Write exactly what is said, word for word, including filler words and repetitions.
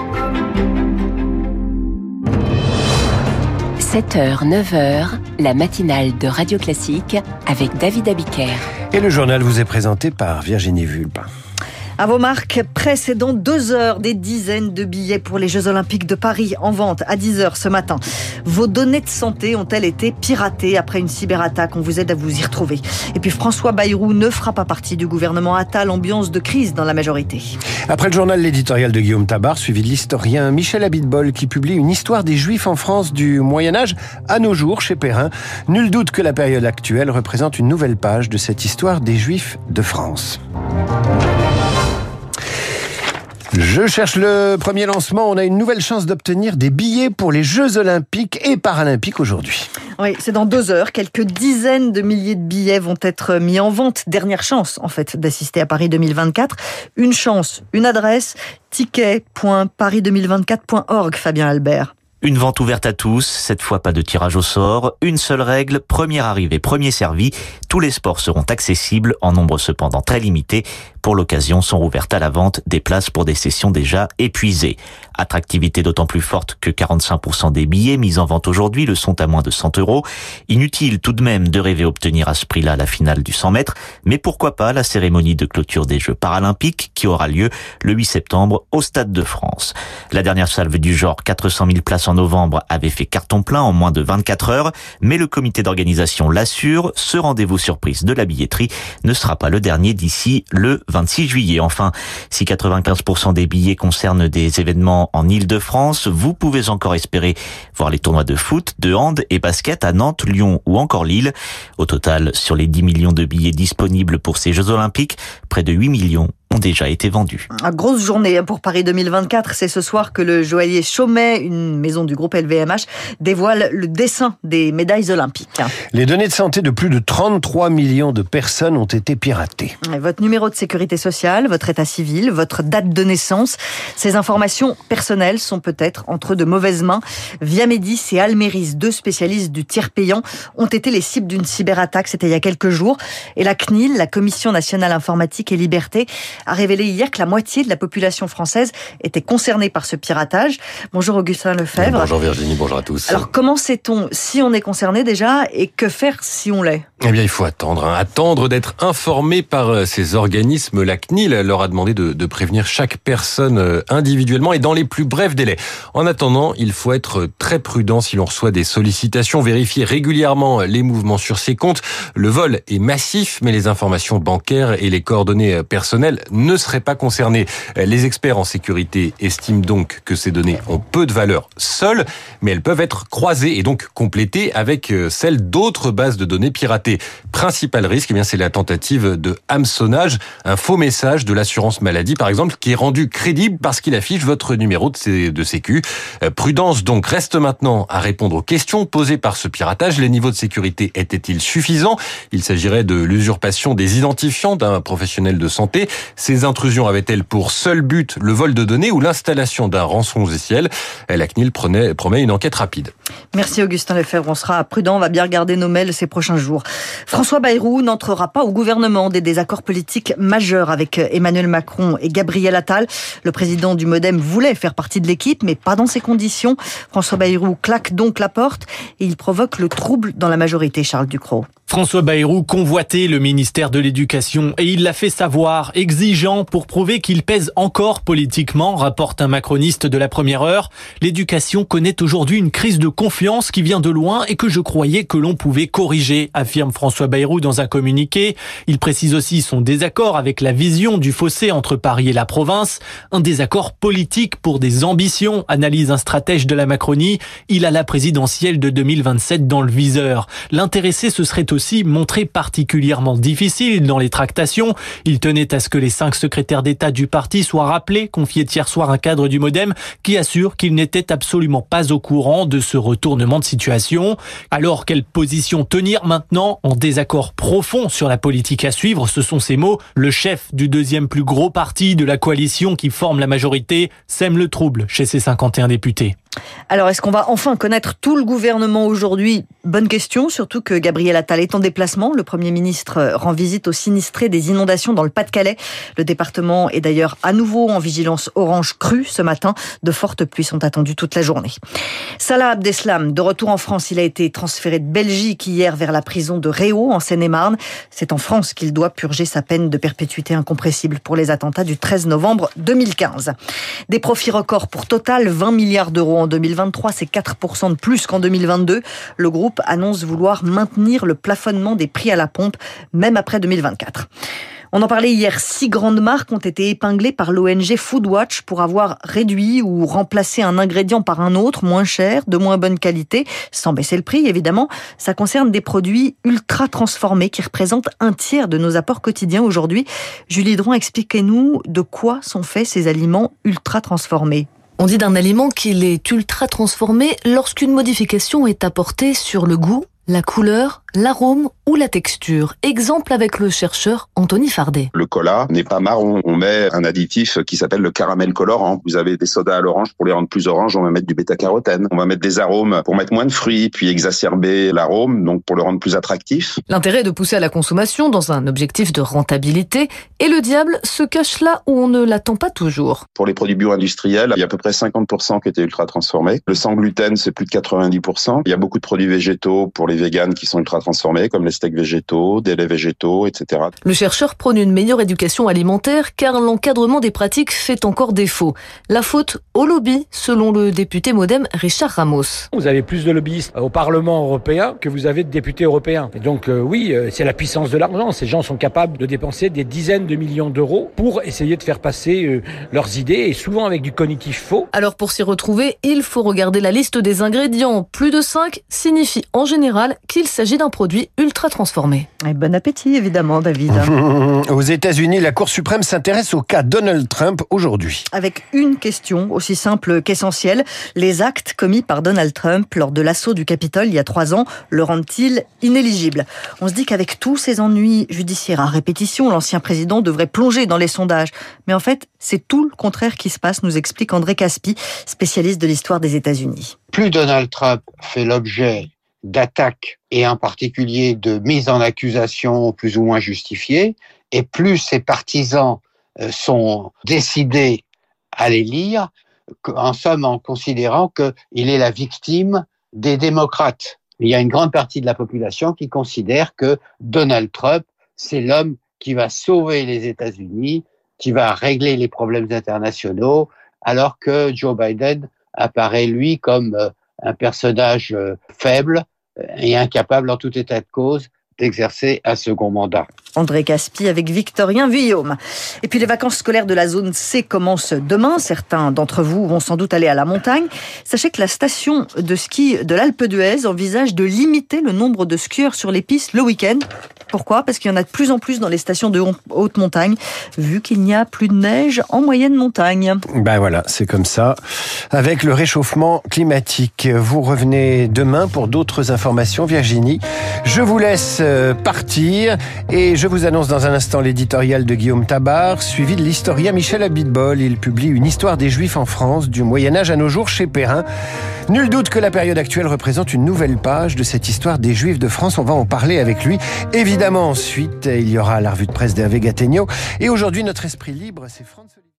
sept heures, neuf heures, la matinale de Radio Classique avec David Abiker. Et le journal vous est présenté par Virginie Vulpin. À vos marques, précédant deux heures, des dizaines de billets pour les Jeux Olympiques de Paris en vente à dix heures ce matin. Vos données de santé ont-elles été piratées après une cyberattaque? On vous aide à vous y retrouver. Et puis François Bayrou ne fera pas partie du gouvernement Attal, ambiance de crise dans la majorité. Après le journal, l'éditorial de Guillaume Tabar, suivi de l'historien Michel Abitbol qui publie une histoire des Juifs en France du Moyen-Âge à nos jours chez Perrin. Nul doute que la période actuelle représente une nouvelle page de cette histoire des Juifs de France. Je cherche le premier lancement. On a une nouvelle chance d'obtenir des billets pour les Jeux Olympiques et Paralympiques aujourd'hui. Oui, c'est dans deux heures. Quelques dizaines de milliers de billets vont être mis en vente. Dernière chance, en fait, d'assister à Paris deux mille vingt-quatre. Une chance, une adresse, ticket point paris deux mille vingt-quatre point org, Fabien Albert. Une vente ouverte à tous, cette fois pas de tirage au sort, une seule règle, première arrivée, premier servi. Tous les sports seront accessibles, en nombre cependant très limité. Pour l'occasion, sont rouvertes à la vente des places pour des sessions déjà épuisées. Attractivité d'autant plus forte que quarante-cinq pour cent des billets mis en vente aujourd'hui le sont à moins de cent euros. Inutile tout de même de rêver obtenir à ce prix-là la finale du cent mètres, mais pourquoi pas la cérémonie de clôture des Jeux Paralympiques qui aura lieu le huit septembre au Stade de France. La dernière salve du genre, quatre cent mille places en novembre, avait fait carton plein en moins de vingt-quatre heures, mais le comité d'organisation l'assure, ce rendez-vous surprise de la billetterie ne sera pas le dernier d'ici le vingt-six juillet. Enfin, si quatre-vingt-quinze pour cent des billets concernent des événements en Île-de-France, vous pouvez encore espérer voir les tournois de foot, de hand et basket à Nantes, Lyon ou encore Lille. Au total, sur les dix millions de billets disponibles pour ces Jeux Olympiques, près de huit millions ont déjà été vendus. Une grosse journée pour Paris deux mille vingt-quatre. C'est ce soir que le joaillier Chaumet, une maison du groupe L V M H, dévoile le dessin des médailles olympiques. Les données de santé de plus de trente-trois millions de personnes ont été piratées. Votre numéro de sécurité sociale, votre état civil, votre date de naissance, ces informations personnelles sont peut-être entre de mauvaises mains. Viamedis et Almeris, deux spécialistes du tiers payant, ont été les cibles d'une cyberattaque. C'était il y a quelques jours. Et la C N I L, la Commission nationale informatique et liberté, a révélé hier que la moitié de la population française était concernée par ce piratage. Bonjour Augustin Lefebvre. Bonjour Virginie, bonjour à tous. Alors comment sait-on si on est concerné déjà et que faire si on l'est ? Eh bien il faut attendre, hein. attendre d'être informé par ces organismes. La C N I L leur a demandé de, de prévenir chaque personne individuellement et dans les plus brefs délais. En attendant, il faut être très prudent si l'on reçoit des sollicitations, vérifier régulièrement les mouvements sur ses comptes. Le vol est massif, mais les informations bancaires et les coordonnées personnelles ne seraient pas concernés. Les experts en sécurité estiment donc que ces données ont peu de valeur seules, mais elles peuvent être croisées et donc complétées avec celles d'autres bases de données piratées. Principal risque, eh bien, c'est la tentative de hameçonnage, un faux message de l'assurance maladie, par exemple, qui est rendu crédible parce qu'il affiche votre numéro de, de sécu. Prudence donc, reste maintenant à répondre aux questions posées par ce piratage. Les niveaux de sécurité étaient-ils suffisants? Il s'agirait de l'usurpation des identifiants d'un professionnel de santé. Ces intrusions avaient-elles pour seul but le vol de données ou l'installation d'un rançongiciel? La C N I L promet, promet une enquête rapide. Merci Augustin Lefebvre, on sera prudent, on va bien regarder nos mails ces prochains jours. François Bayrou n'entrera pas au gouvernement. Des désaccords politiques majeurs avec Emmanuel Macron et Gabriel Attal. Le président du Modem voulait faire partie de l'équipe, mais pas dans ces conditions. François Bayrou claque donc la porte et il provoque le trouble dans la majorité, Charles Ducrot. François Bayrou convoitait le ministère de l'Éducation et il l'a fait savoir, exigeant pour prouver qu'il pèse encore politiquement, rapporte un macroniste de la première heure. L'éducation connaît aujourd'hui une crise de confiance qui vient de loin et que je croyais que l'on pouvait corriger, affirme François Bayrou dans un communiqué. Il précise aussi son désaccord avec la vision du fossé entre Paris et la province. Un désaccord politique pour des ambitions, analyse un stratège de la Macronie. Il a la présidentielle de deux mille vingt-sept dans le viseur. L'intéressé se serait aussi montré particulièrement difficile dans les tractations. Il tenait à ce que les cinq secrétaires d'État du parti soient rappelés, confiait hier soir un cadre du Modem qui assure qu'il n'était absolument pas au courant de ce retournement de situation. Alors, quelle position tenir maintenant? En désaccord profond sur la politique à suivre, ce sont ces mots. Le chef du deuxième plus gros parti de la coalition qui forme la majorité sème le trouble chez ses cinquante et un députés. Alors, est-ce qu'on va enfin connaître tout le gouvernement aujourd'hui ? Bonne question, surtout que Gabriel Attal est en déplacement. Le Premier ministre rend visite aux sinistrés des inondations dans le Pas-de-Calais. Le département est d'ailleurs à nouveau en vigilance orange crue ce matin. De fortes pluies sont attendues toute la journée. Salah Abdeslam, de retour en France, il a été transféré de Belgique hier vers la prison de Réau, en Seine-et-Marne. C'est en France qu'il doit purger sa peine de perpétuité incompressible pour les attentats du treize novembre deux mille quinze. Des profits records pour Total, vingt milliards d'euros en deux mille vingt-trois, c'est quatre pour cent de plus qu'en deux mille vingt-deux. Le groupe annonce vouloir maintenir le plafonnement des prix à la pompe, même après deux mille vingt-quatre. On en parlait hier, six grandes marques ont été épinglées par l'O N G Foodwatch pour avoir réduit ou remplacé un ingrédient par un autre, moins cher, de moins bonne qualité, sans baisser le prix évidemment. Ça concerne des produits ultra transformés qui représentent un tiers de nos apports quotidiens aujourd'hui. Julie Drouin, expliquez-nous de quoi sont faits ces aliments ultra transformés. On dit d'un aliment qu'il est ultra transformé lorsqu'une modification est apportée sur le goût, la couleur, l'arôme ou la texture. Exemple avec le chercheur Anthony Fardet. Le cola n'est pas marron. On met un additif qui s'appelle le caramel colorant. Vous avez des sodas à l'orange, pour les rendre plus orange, on va mettre du bêta-carotène. On va mettre des arômes pour mettre moins de fruits, puis exacerber l'arôme, donc pour le rendre plus attractif. L'intérêt est de pousser à la consommation dans un objectif de rentabilité. Et le diable se cache là où on ne l'attend pas toujours. Pour les produits bio-industriels, il y a à peu près cinquante pour cent qui étaient ultra transformés. Le sans gluten, c'est plus de quatre-vingt-dix pour cent. Il y a beaucoup de produits végétaux pour les véganes qui sont ultra transformés, comme les steaks végétaux, des laits végétaux, et cetera. Le chercheur prône une meilleure éducation alimentaire car l'encadrement des pratiques fait encore défaut. La faute au lobby, selon le député Modem Richard Ramos. Vous avez plus de lobbyistes au Parlement européen que vous avez de députés européens. Et donc euh, oui, euh, c'est la puissance de l'argent. Ces gens sont capables de dépenser des dizaines de millions d'euros pour essayer de faire passer euh, leurs idées, et souvent avec du cognitif faux. Alors pour s'y retrouver, il faut regarder la liste des ingrédients. Plus de cinq signifie en général qu'il s'agit d'un produit ultra transformé. Et bon appétit, évidemment, David. Aux États-Unis, la Cour suprême s'intéresse au cas Donald Trump aujourd'hui. Avec une question aussi simple qu'essentielle. Les actes commis par Donald Trump lors de l'assaut du Capitole il y a trois ans le rendent-ils inéligible ? On se dit qu'avec tous ces ennuis judiciaires à répétition, l'ancien président devrait plonger dans les sondages. Mais en fait, c'est tout le contraire qui se passe, nous explique André Caspi, spécialiste de l'histoire des États-Unis. Plus Donald Trump fait l'objet d'attaques et en particulier de mises en accusation plus ou moins justifiées, et plus ses partisans sont décidés à les lire, en somme en considérant qu'il est la victime des démocrates. Il y a une grande partie de la population qui considère que Donald Trump, c'est l'homme qui va sauver les États-Unis, qui va régler les problèmes internationaux, alors que Joe Biden apparaît, lui, comme un personnage faible et incapable, en tout état de cause, d'exercer un second mandat. André Caspi avec Victorien Vuillaume. Et puis les vacances scolaires de la zone C commencent demain. Certains d'entre vous vont sans doute aller à la montagne. Sachez que la station de ski de l'Alpe d'Huez envisage de limiter le nombre de skieurs sur les pistes le week-end. Pourquoi ? Parce qu'il y en a de plus en plus dans les stations de haute montagne, vu qu'il n'y a plus de neige en moyenne montagne. Ben voilà, c'est comme ça. Avec le réchauffement climatique, vous revenez demain pour d'autres informations. Virginie, je vous laisse partir et je vous annonce dans un instant l'éditorial de Guillaume Tabar, suivi de l'historien Michel Abitbol. Il publie une histoire des Juifs en France, du Moyen-Âge à nos jours chez Perrin. Nul doute que la période actuelle représente une nouvelle page de cette histoire des Juifs de France. On va en parler avec lui. Évidemment, ensuite, il y aura la revue de presse d'Hervé Gattegno. Et aujourd'hui, notre esprit libre, c'est Franz